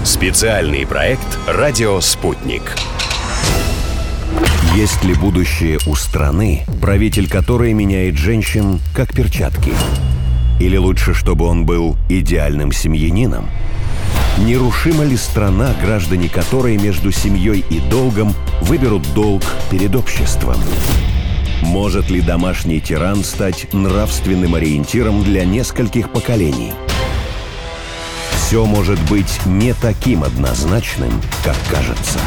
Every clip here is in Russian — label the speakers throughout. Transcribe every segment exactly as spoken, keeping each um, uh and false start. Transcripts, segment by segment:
Speaker 1: Специальный проект «Радио Спутник».
Speaker 2: Есть ли будущее у страны, правитель которой меняет женщин как перчатки? Или лучше, чтобы он был идеальным семьянином? Нерушима ли страна, граждане которой между семьей и долгом выберут долг перед обществом? Может ли домашний тиран стать нравственным ориентиром для нескольких поколений? Все может быть не таким однозначным, как кажется.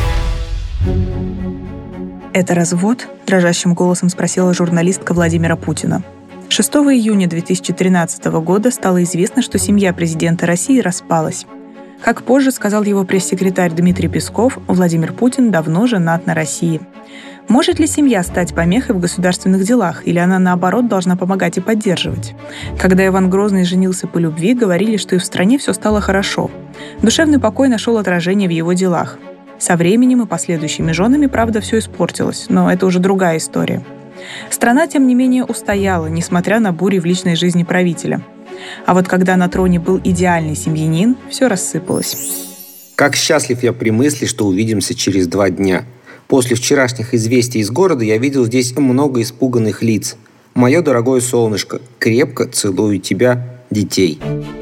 Speaker 3: «Это развод?» – дрожащим голосом спросила журналистка Владимира Путина. шестого июня две тысячи тринадцатого года стало известно, что семья президента России распалась. Как позже сказал его пресс-секретарь Дмитрий Песков, Владимир Путин давно женат на России. Может ли семья стать помехой в государственных делах, или она, наоборот, должна помогать и поддерживать? Когда Иван Грозный женился по любви, говорили, что и в стране все стало хорошо. Душевный покой нашел отражение в его делах. Со временем и последующими женами, правда, все испортилось, но это уже другая история. Страна, тем не менее, устояла, несмотря на бури в личной жизни правителя. А вот когда на троне был идеальный семьянин, все рассыпалось.
Speaker 4: Как счастлив я при мысли, что увидимся через два дня. После вчерашних известий из города я видел здесь много испуганных лиц. Мое дорогое солнышко, крепко целую тебя, детей.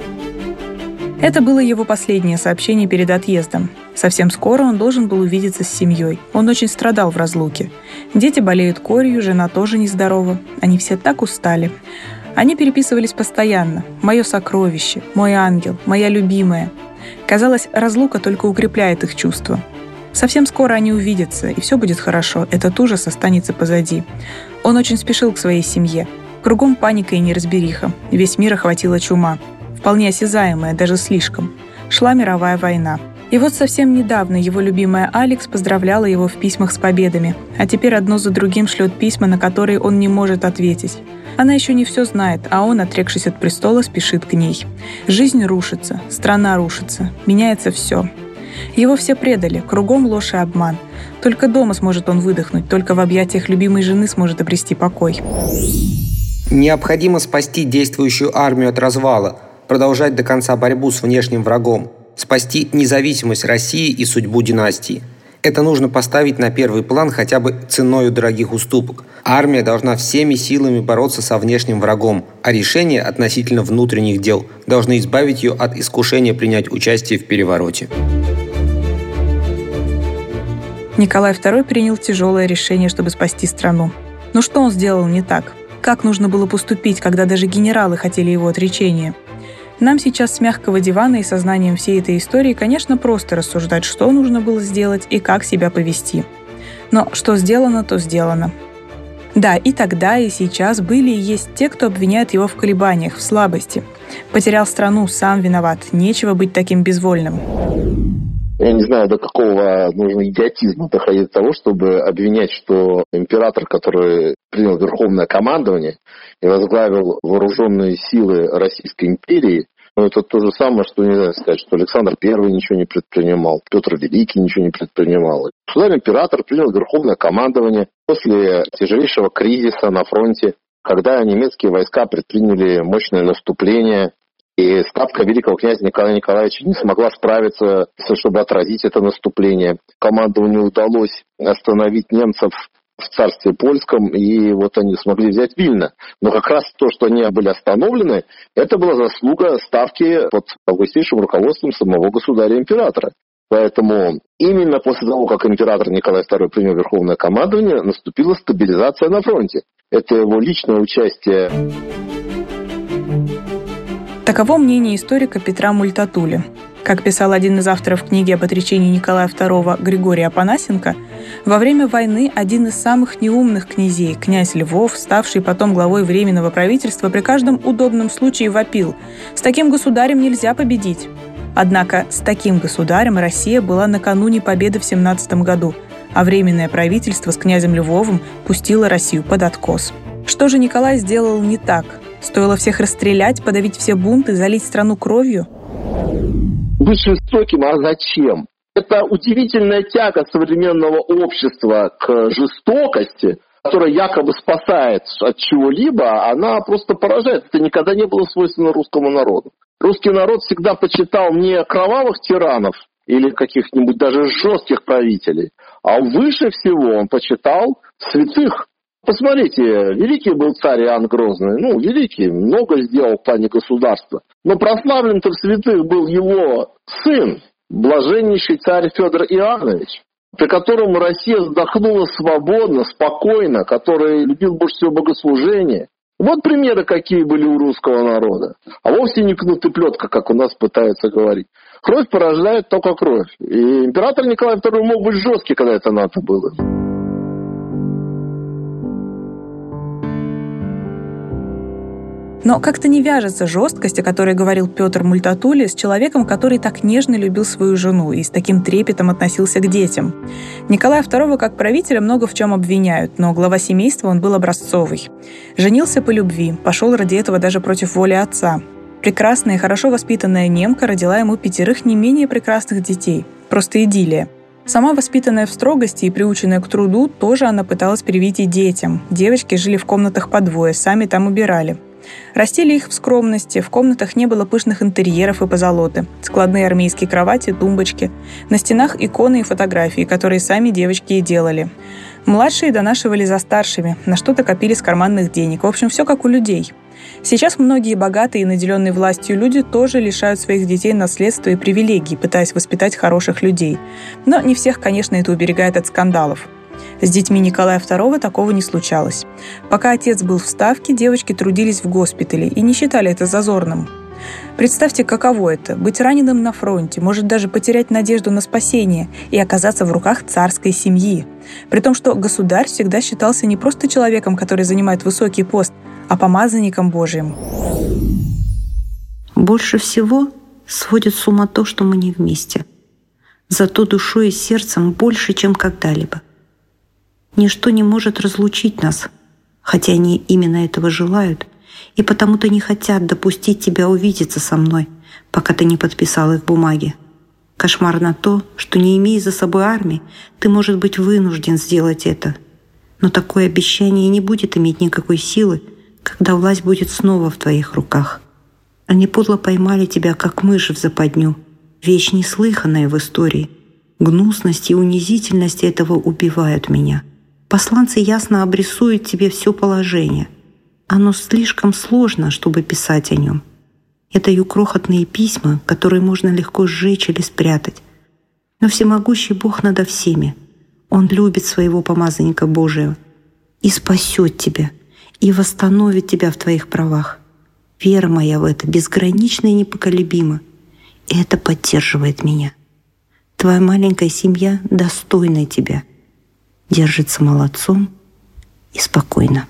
Speaker 3: Это было его последнее сообщение перед отъездом. Совсем скоро он должен был увидеться с семьей. Он очень страдал в разлуке. Дети болеют корью, жена тоже нездорова. Они все так устали. Они переписывались постоянно. «Мое сокровище», «Мой ангел», «Моя любимая». Казалось, разлука только укрепляет их чувства. Совсем скоро они увидятся, и все будет хорошо. Этот ужас останется позади. Он очень спешил к своей семье. Кругом паника и неразбериха. Весь мир охватила чума. Вполне осязаемая, даже слишком. Шла мировая война. И вот совсем недавно его любимая Алекс поздравляла его в письмах с победами, а теперь одно за другим шлет письма, на которые он не может ответить. Она еще не все знает, а он, отрекшись от престола, спешит к ней. Жизнь рушится, страна рушится, меняется все. Его все предали, кругом ложь и обман. Только дома сможет он выдохнуть, только в объятиях любимой жены сможет обрести покой.
Speaker 4: Необходимо спасти действующую армию от развала, продолжать до конца борьбу с внешним врагом, спасти независимость России и судьбу династии. Это нужно поставить на первый план хотя бы ценою дорогих уступок. Армия должна всеми силами бороться со внешним врагом, а решения относительно внутренних дел должны избавить ее от искушения принять участие в перевороте.
Speaker 3: Николай второй принял тяжелое решение, чтобы спасти страну. Но что он сделал не так? Как нужно было поступить, когда даже генералы хотели его отречения? Нам сейчас с мягкого дивана и сознанием всей этой истории, конечно, просто рассуждать, что нужно было сделать и как себя повести. Но что сделано, то сделано. Да, и тогда, и сейчас были и есть те, кто обвиняет его в колебаниях, в слабости. Потерял страну, сам виноват, нечего быть таким безвольным.
Speaker 5: Я не знаю, до какого нужно идиотизма доходить до того, чтобы обвинять, что император, который принял верховное командование и возглавил вооруженные силы Российской империи, ну, это то же самое, что нельзя сказать, что Александр Первый ничего не предпринимал, Петр Великий ничего не предпринимал. Государь-император принял верховное командование после тяжелейшего кризиса на фронте, когда немецкие войска предприняли мощное наступление, и ставка великого князя Николая Николаевича не смогла справиться, чтобы отразить это наступление. Командованию удалось остановить немцев в царстве польском, и вот они смогли взять Вильно. Но как раз то, что они были остановлены, это была заслуга ставки под августейшим руководством самого государя-императора. Поэтому именно после того, как император Николай второй принял верховное командование, наступила стабилизация на фронте. Это его личное участие.
Speaker 3: Таково мнение историка Петра Мультатули. Как писал один из авторов книги об отречении Николая второго Григорий Апанасенко, во время войны один из самых неумных князей, князь Львов, ставший потом главой Временного правительства, при каждом удобном случае вопил: «С таким государем нельзя победить». Однако с таким государем Россия была накануне победы в семнадцатом году, а Временное правительство с князем Львовым пустило Россию под откос. Что же Николай сделал не так? Стоило всех расстрелять, подавить все бунты, залить страну кровью?
Speaker 5: Быть жестоким, а зачем? Это удивительная тяга современного общества к жестокости, которая якобы спасает от чего-либо, она просто поражает. Это никогда не было свойственно русскому народу. Русский народ всегда почитал не кровавых тиранов или каких-нибудь даже жестких правителей, а выше всего он почитал святых. Посмотрите, великий был царь Иоанн Грозный, ну, великий, много сделал в плане государства. Но прославлен-то в святых был его сын, блаженнейший царь Федор Иоаннович, при котором Россия вздохнула свободно, спокойно, который любил больше всего богослужение. Вот примеры, какие были у русского народа. А вовсе не кнут и плетка, как у нас пытаются говорить. Кровь порождает только кровь. И император Николай второй мог быть жесткий, когда это надо было.
Speaker 3: Но как-то не вяжется жесткость, о которой говорил Петр Мультатули, с человеком, который так нежно любил свою жену и с таким трепетом относился к детям. Николая второго как правителя много в чем обвиняют, но глава семейства он был образцовый. Женился по любви, пошел ради этого даже против воли отца. Прекрасная и хорошо воспитанная немка родила ему пятерых не менее прекрасных детей. Просто идиллия. Сама воспитанная в строгости и приученная к труду, тоже она пыталась привить и детям. Девочки жили в комнатах по двое, сами там убирали. Растили их в скромности, в комнатах не было пышных интерьеров и позолоты, складные армейские кровати, тумбочки, на стенах иконы и фотографии, которые сами девочки и делали. Младшие донашивали за старшими, на что-то копили с карманных денег, в общем, все как у людей. Сейчас многие богатые и наделенные властью люди тоже лишают своих детей наследства и привилегий, пытаясь воспитать хороших людей. Но не всех, конечно, это уберегает от скандалов. С детьми Николая второго такого не случалось. Пока отец был в Ставке, девочки трудились в госпитале и не считали это зазорным. Представьте, каково это – быть раненым на фронте, может даже потерять надежду на спасение и оказаться в руках царской семьи. При том, что государь всегда считался не просто человеком, который занимает высокий пост, а помазанником Божиим.
Speaker 6: Больше всего сводит с ума то, что мы не вместе. Зато душой и сердцем больше, чем когда-либо. Ничто не может разлучить нас, хотя они именно этого желают, и потому-то не хотят допустить тебя увидеться со мной, пока ты не подписал их бумаги. Кошмарно то, что, не имея за собой армии, ты, может быть, вынужден сделать это. Но такое обещание не будет иметь никакой силы, когда власть будет снова в твоих руках. Они подло поймали тебя, как мышь в западню, вещь неслыханная в истории. Гнусность и унизительность этого убивают меня. Посланцы ясно обрисуют тебе все положение. Оно слишком сложно, чтобы писать о нем. Это ее крохотные письма, которые можно легко сжечь или спрятать. Но всемогущий Бог надо всеми. Он любит своего помазанника Божия и спасет тебя, и восстановит тебя в твоих правах. Вера моя в это безгранична и непоколебима, и это поддерживает меня. Твоя маленькая семья достойна тебя, держится молодцом и спокойно.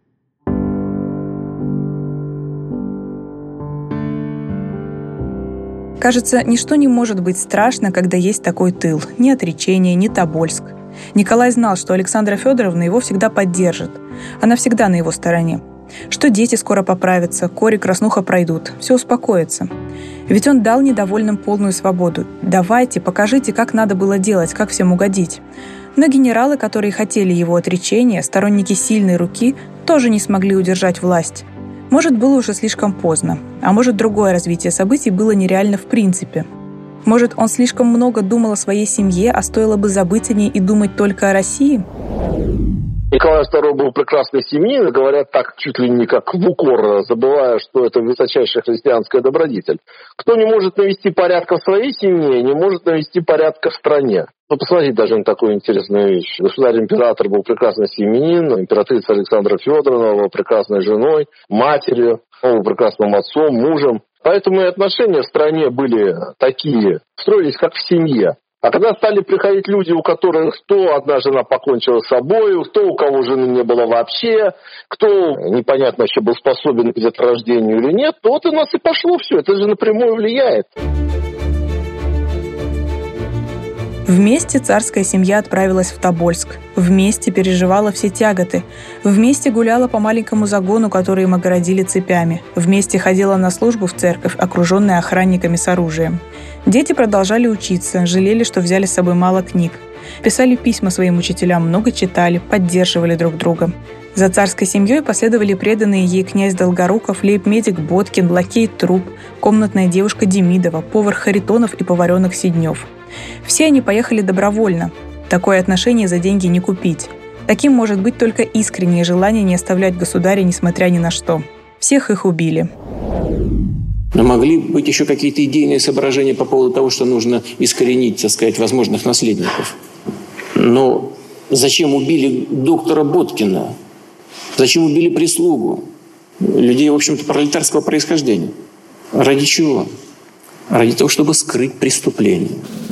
Speaker 3: Кажется, ничто не может быть страшно, когда есть такой тыл. Ни отречение, ни Тобольск. Николай знал, что Александра Федоровна его всегда поддержит. Она всегда на его стороне. Что дети скоро поправятся, кори краснуха пройдут, все успокоится. Ведь он дал недовольным полную свободу. Давайте, покажите, как надо было делать, как всем угодить. Но генералы, которые хотели его отречения, сторонники сильной руки, тоже не смогли удержать власть. Может, было уже слишком поздно, а может, другое развитие событий было нереально в принципе. Может, он слишком много думал о своей семье, а стоило бы забыть о ней и думать только о России?
Speaker 5: Николай второй был прекрасной семьей, говорят так чуть ли не как в укор, забывая, что это высочайшая христианская добродетель. Кто не может навести порядка в своей семье, не может навести порядка в стране. Ну, посмотрите даже на такую интересную вещь. Государь-император был прекрасный семьянин, императрица Александра Федоровна была прекрасной женой, матерью, он был прекрасным отцом, мужем. Поэтому и отношения в стране были такие, строились как в семье. А когда стали приходить люди, у которых то одна жена покончила с собой, то у кого жены не было вообще, кто непонятно вообще был способен к деторождению или нет, то вот у нас и пошло все. Это же напрямую влияет.
Speaker 3: Вместе царская семья отправилась в Тобольск. Вместе переживала все тяготы. Вместе гуляла по маленькому загону, который им огородили цепями. Вместе ходила на службу в церковь, окруженная охранниками с оружием. Дети продолжали учиться, жалели, что взяли с собой мало книг. Писали письма своим учителям, много читали, поддерживали друг друга. За царской семьей последовали преданные ей князь Долгоруков, лейб-медик Боткин, лакей Труп, комнатная девушка Демидова, повар Харитонов и поваренок Сиднев. Все они поехали добровольно. Такое отношение за деньги не купить. Таким может быть только искреннее желание не оставлять государя, несмотря ни на что. Всех их убили.
Speaker 7: Но могли быть еще какие-то идейные соображения по поводу того, что нужно искоренить, так сказать, возможных наследников. Но зачем убили доктора Боткина? Зачем убили прислугу? Людей, в общем-то, пролетарского происхождения. Ради чего? Ради того, чтобы скрыть преступление.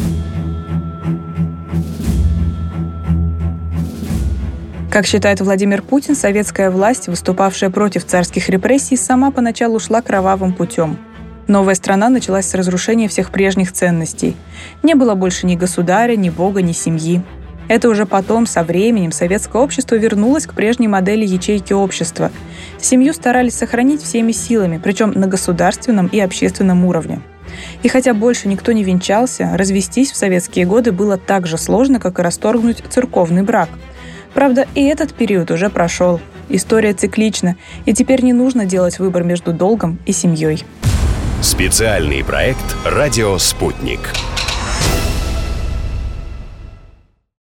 Speaker 3: Как считает Владимир Путин, советская власть, выступавшая против царских репрессий, сама поначалу шла кровавым путем. Новая страна началась с разрушения всех прежних ценностей. Не было больше ни государя, ни бога, ни семьи. Это уже потом, со временем, советское общество вернулось к прежней модели ячейки общества. Семью старались сохранить всеми силами, причем на государственном и общественном уровне. И хотя больше никто не венчался, развестись в советские годы было так же сложно, как и расторгнуть церковный брак. Правда, и этот период уже прошел. История циклична, и теперь не нужно делать выбор между долгом и семьей.
Speaker 1: Специальный проект «Радио Спутник».